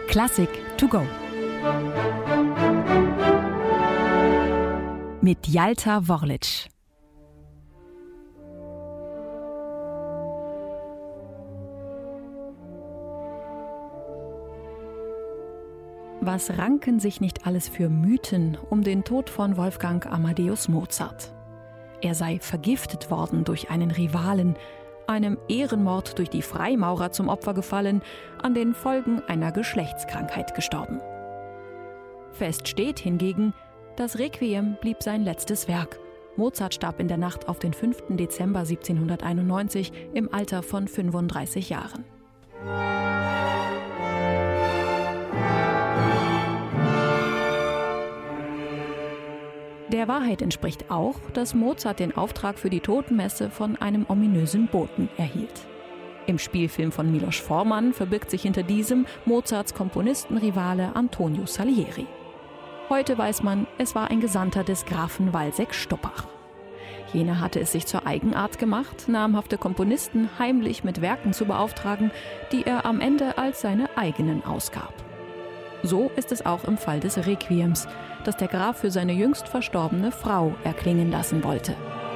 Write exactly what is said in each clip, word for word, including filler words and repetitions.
Klassik to go. Mit Jalta Worlic. Was ranken sich nicht alles für Mythen um den Tod von Wolfgang Amadeus Mozart? Er sei vergiftet worden durch einen Rivalen, einem Ehrenmord durch die Freimaurer zum Opfer gefallen, an den Folgen einer Geschlechtskrankheit gestorben. Fest steht hingegen, das Requiem blieb sein letztes Werk. Mozart starb in der Nacht auf den fünften Dezember siebzehnhunderteinundneunzig im Alter von fünfunddreißig Jahren. Der Wahrheit entspricht auch, dass Mozart den Auftrag für die Totenmesse von einem ominösen Boten erhielt. Im Spielfilm von Milos Forman verbirgt sich hinter diesem Mozarts Komponistenrivale Antonio Salieri. Heute weiß man, es war ein Gesandter des Grafen Walseck-Stoppach. Jener hatte es sich zur Eigenart gemacht, namhafte Komponisten heimlich mit Werken zu beauftragen, die er am Ende als seine eigenen ausgab. So ist es auch im Fall des Requiems, das der Graf für seine jüngst verstorbene Frau erklingen lassen wollte.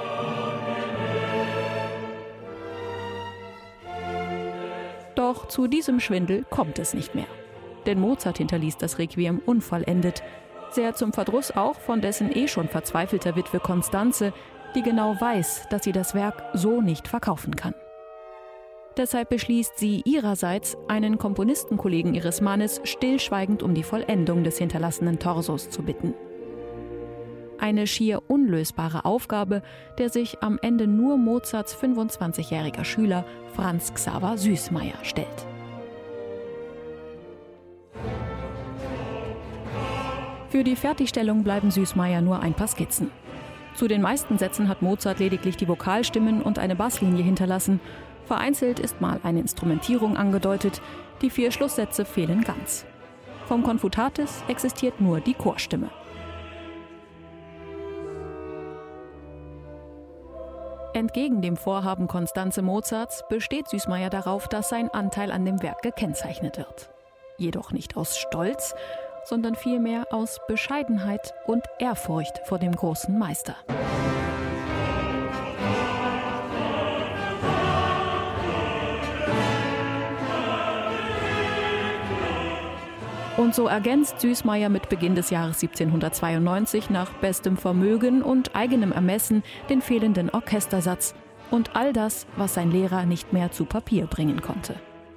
Doch zu diesem Schwindel kommt es nicht mehr. Denn Mozart hinterließ das Requiem unvollendet, sehr zum Verdruss auch von dessen eh schon verzweifelter Witwe Constanze, die genau weiß, dass sie das Werk so nicht verkaufen kann. Deshalb beschließt sie ihrerseits, einen Komponistenkollegen ihres Mannes stillschweigend um die Vollendung des hinterlassenen Torsos zu bitten. Eine schier unlösbare Aufgabe, der sich am Ende nur Mozarts fünfundzwanzigjähriger Schüler Franz Xaver Süßmayr stellt. Für die Fertigstellung bleiben Süßmayr nur ein paar Skizzen. Zu den meisten Sätzen hat Mozart lediglich die Vokalstimmen und eine Basslinie hinterlassen. Vereinzelt ist mal eine Instrumentierung angedeutet, die vier Schlusssätze fehlen ganz. Vom Confutatis existiert nur die Chorstimme. Entgegen dem Vorhaben Constanze Mozarts besteht Süßmayr darauf, dass sein Anteil an dem Werk gekennzeichnet wird. Jedoch nicht aus Stolz, sondern vielmehr aus Bescheidenheit und Ehrfurcht vor dem großen Meister. Und so ergänzt Süßmayr mit Beginn des Jahres siebzehnhundertzweiundneunzig nach bestem Vermögen und eigenem Ermessen den fehlenden Orchestersatz und all das, was sein Lehrer nicht mehr zu Papier bringen konnte.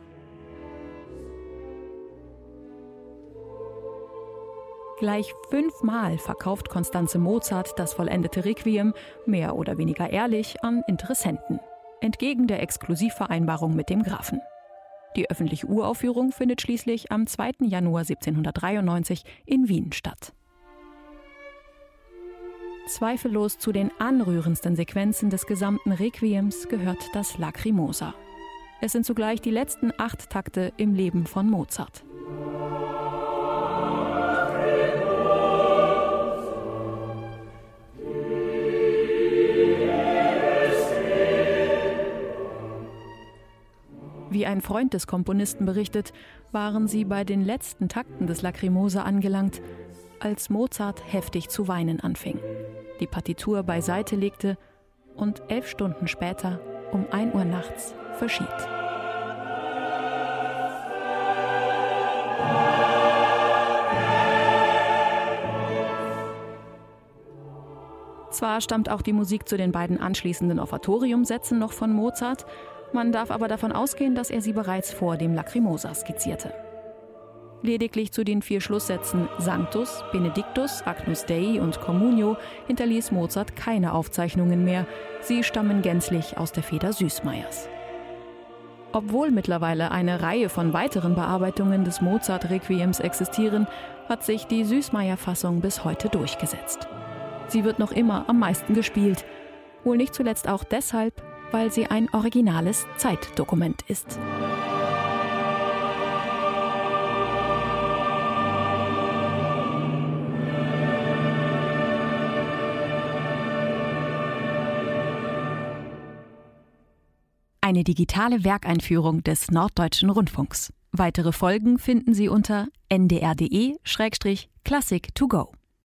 Gleich fünfmal verkauft Constanze Mozart das vollendete Requiem, mehr oder weniger ehrlich, an Interessenten, entgegen der Exklusivvereinbarung mit dem Grafen. Die öffentliche Uraufführung findet schließlich am zweiten Januar siebzehnhundertdreiundneunzig in Wien statt. Zweifellos zu den anrührendsten Sequenzen des gesamten Requiems gehört das Lacrimosa. Es sind zugleich die letzten acht Takte im Leben von Mozart. Wie ein Freund des Komponisten berichtet, waren sie bei den letzten Takten des Lacrimosa angelangt, als Mozart heftig zu weinen anfing, die Partitur beiseite legte und elf Stunden später um ein Uhr nachts verschied. Zwar stammt auch die Musik zu den beiden anschließenden Offertoriumsätzen noch von Mozart, man darf aber davon ausgehen, dass er sie bereits vor dem Lacrimosa skizzierte. Lediglich zu den vier Schlusssätzen Sanctus, Benedictus, Agnus Dei und Communio hinterließ Mozart keine Aufzeichnungen mehr. Sie stammen gänzlich aus der Feder Süßmayrs. Obwohl mittlerweile eine Reihe von weiteren Bearbeitungen des Mozart-Requiems existieren, hat sich die Süßmayr-Fassung bis heute durchgesetzt. Sie wird noch immer am meisten gespielt, wohl nicht zuletzt auch deshalb, weil sie ein originales Zeitdokument ist. Eine digitale Werkeinführung des Norddeutschen Rundfunks. Weitere Folgen finden Sie unter n d r punkt d e slash classic to go.